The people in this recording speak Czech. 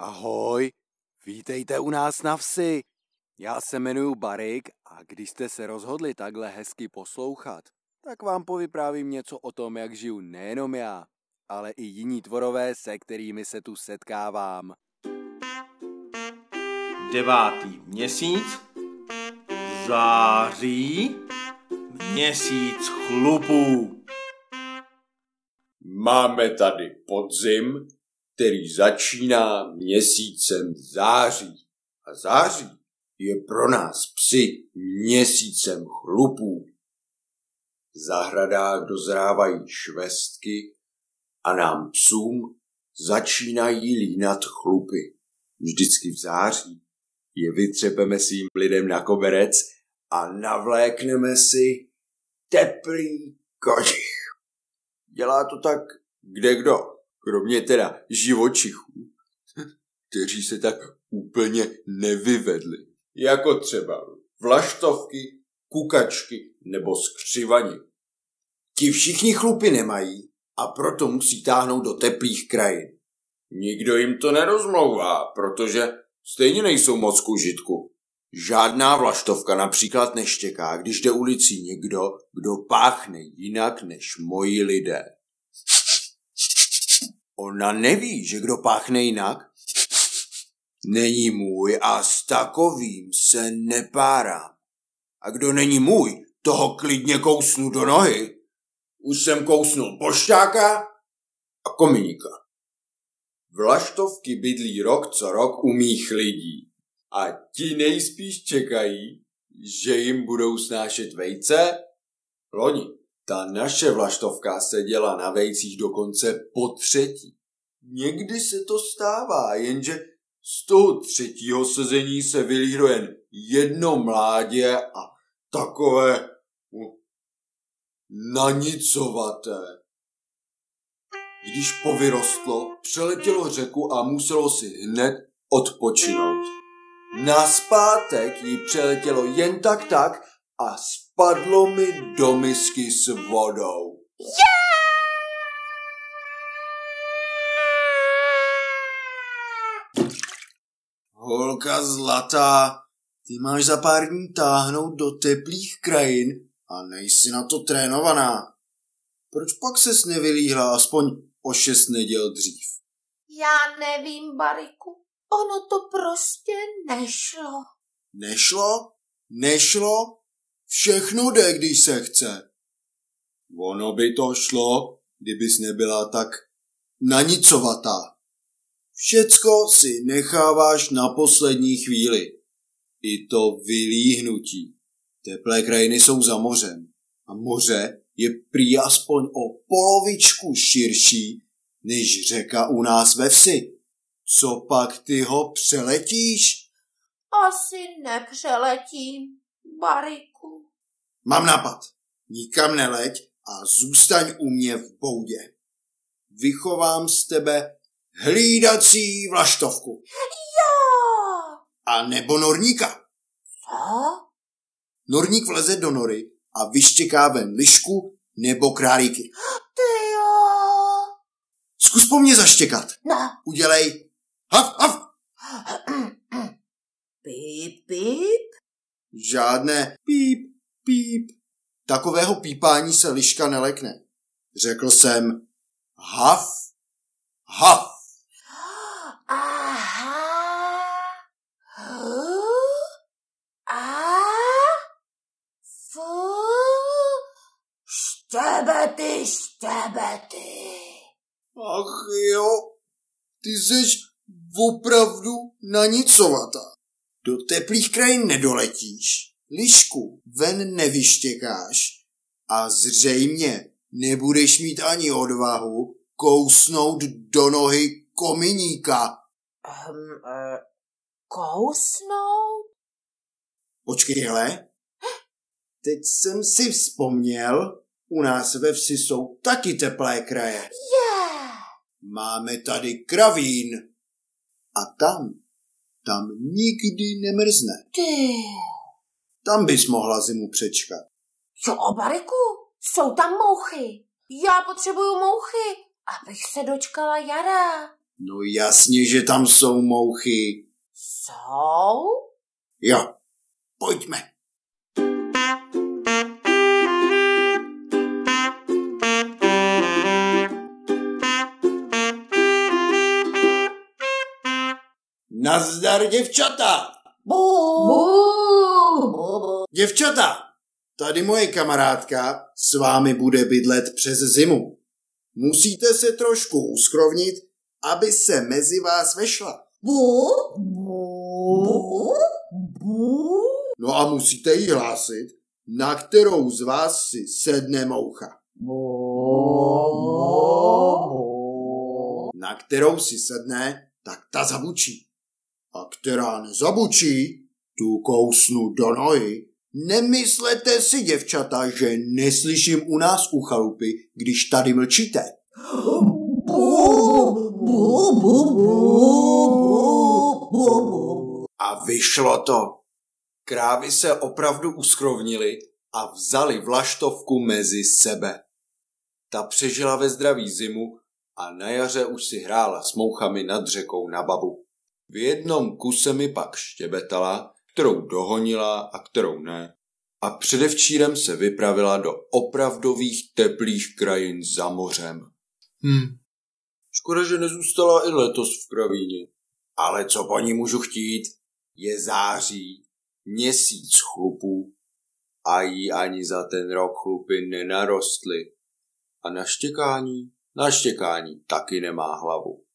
Ahoj, vítejte u nás na vsi. Já se jmenuji Barik a když jste se rozhodli takhle hezky poslouchat, tak vám povyprávím něco o tom, jak žiju nejenom já, ale i jiní tvorové, se kterými se tu setkávám. 9. měsíc, září, měsíc chlupů. Máme tady podzim, který začíná měsícem září. A září je pro nás psy měsícem chlupů. V zahradách dozrávají švestky a nám psům začínají línat chlupy. Vždycky v září je vytřepeme svým lidem na koberec a navlékneme si teplý kožich. Dělá to tak kdekdo, kromě teda živočichů, kteří se tak úplně nevyvedli. Jako třeba vlaštovky, kukačky nebo skřivani. Ti všichni chlupy nemají a proto musí táhnout do teplých krajin. Nikdo jim to nerozmlouvá, protože stejně nejsou moc k užitku. Žádná vlaštovka například neštěká, když jde ulicí někdo, kdo páchne jinak než moji lidé. Ona neví, že kdo páchne jinak není můj a s takovým se nepárám. A kdo není můj, toho klidně kousnu do nohy. Už jsem kousnul pošťáka a kominíka. Vlaštovky bydlí rok co rok u mých lidí a ti nejspíš čekají, že jim budou snášet vejce. Loni ta naše vlaštovka seděla na vejcích dokonce po 3. Někdy se to stává, jenže z toho 3. sezení se vylíhlo jen jedno mládě a takové nanicovaté. Když povyrostlo, přeletělo řeku a muselo si hned odpočinout. Nazpátek jí přeletělo jen tak a spadlo mi do misky s vodou. Holka zlatá, ty máš za pár dní táhnout do teplých krajin a nejsi na to trénovaná. Proč pak ses nevylíhla aspoň o 6 neděl dřív? Já nevím, Bariku. Ono to prostě nešlo. Nešlo? Všechno jde, když se chce. Ono by to šlo, kdybys nebyla tak nanicovatá. Všecko si necháváš na poslední chvíli. I to vylíhnutí. Teplé krajiny jsou za mořem. A moře je prý aspoň o polovičku širší než řeka u nás ve vsi. Co pak ty ho přeletíš? Asi nepřeletím, Bariku. Mám nápad. Nikam neleď a zůstaň u mě v boudě. Vychovám z tebe hlídací vlaštovku. Jo! A nebo norníka. Co? Norník vleze do nory a vyštěká ven lišku nebo králíky. Ty jo! Zkus po mně zaštěkat. No. Udělej haf, haf. Píp, píp. Žádné píp, píp. Takového pípání se liška nelekne. Řekl jsem haf, haf. Aha. A. Fu. Štěbety, štěbety. Ach jo, ty seš opravdu nanicovatá. Do teplých krajin nedoletíš, lišku ven nevyštěkáš a zřejmě nebudeš mít ani odvahu kousnout do nohy kominíka. Kousnout? Počkej, hele. Teď jsem si vzpomněl, u nás ve vsi jsou taky teplé kraje. Yeah. Máme tady Kravín. A tam nikdy nemrzne. Ty. Tam bys mohla zimu přečkat. Jo, Bariku, jsou tam mouchy. Já potřebuju mouchy, abych se dočkala jara. No jasně, že tam jsou mouchy. Jsou? Jo, pojďme. Nazdar, děvčata! Děvčata, tady moje kamarádka s vámi bude bydlet přes zimu. Musíte se trošku uskrovnit, aby se mezi vás vešla. No a musíte jí hlásit, na kterou z vás si sedne moucha. Na kterou si sedne, tak ta zabučí. A která nezabučí, tu kousnu do nohy. Nemyslete si, děvčata, že neslyším u nás u chalupy, když tady mlčíte. A vyšlo to. Krávy se opravdu uskrovnily a vzali vlaštovku mezi sebe. Ta přežila ve zdraví zimu a na jaře už si hrála s mouchami nad řekou na babu. V jednom kuse mi pak štěbetala, kterou dohonila a kterou ne. A předevčírem se vypravila do opravdových teplých krajin za mořem. Škoda, že nezůstala i letos v kravíně. Ale co po ní můžu chtít? Je září, měsíc chlupů a jí ani za ten rok chlupy nenarostly. A na štěkání taky nemá hlavu.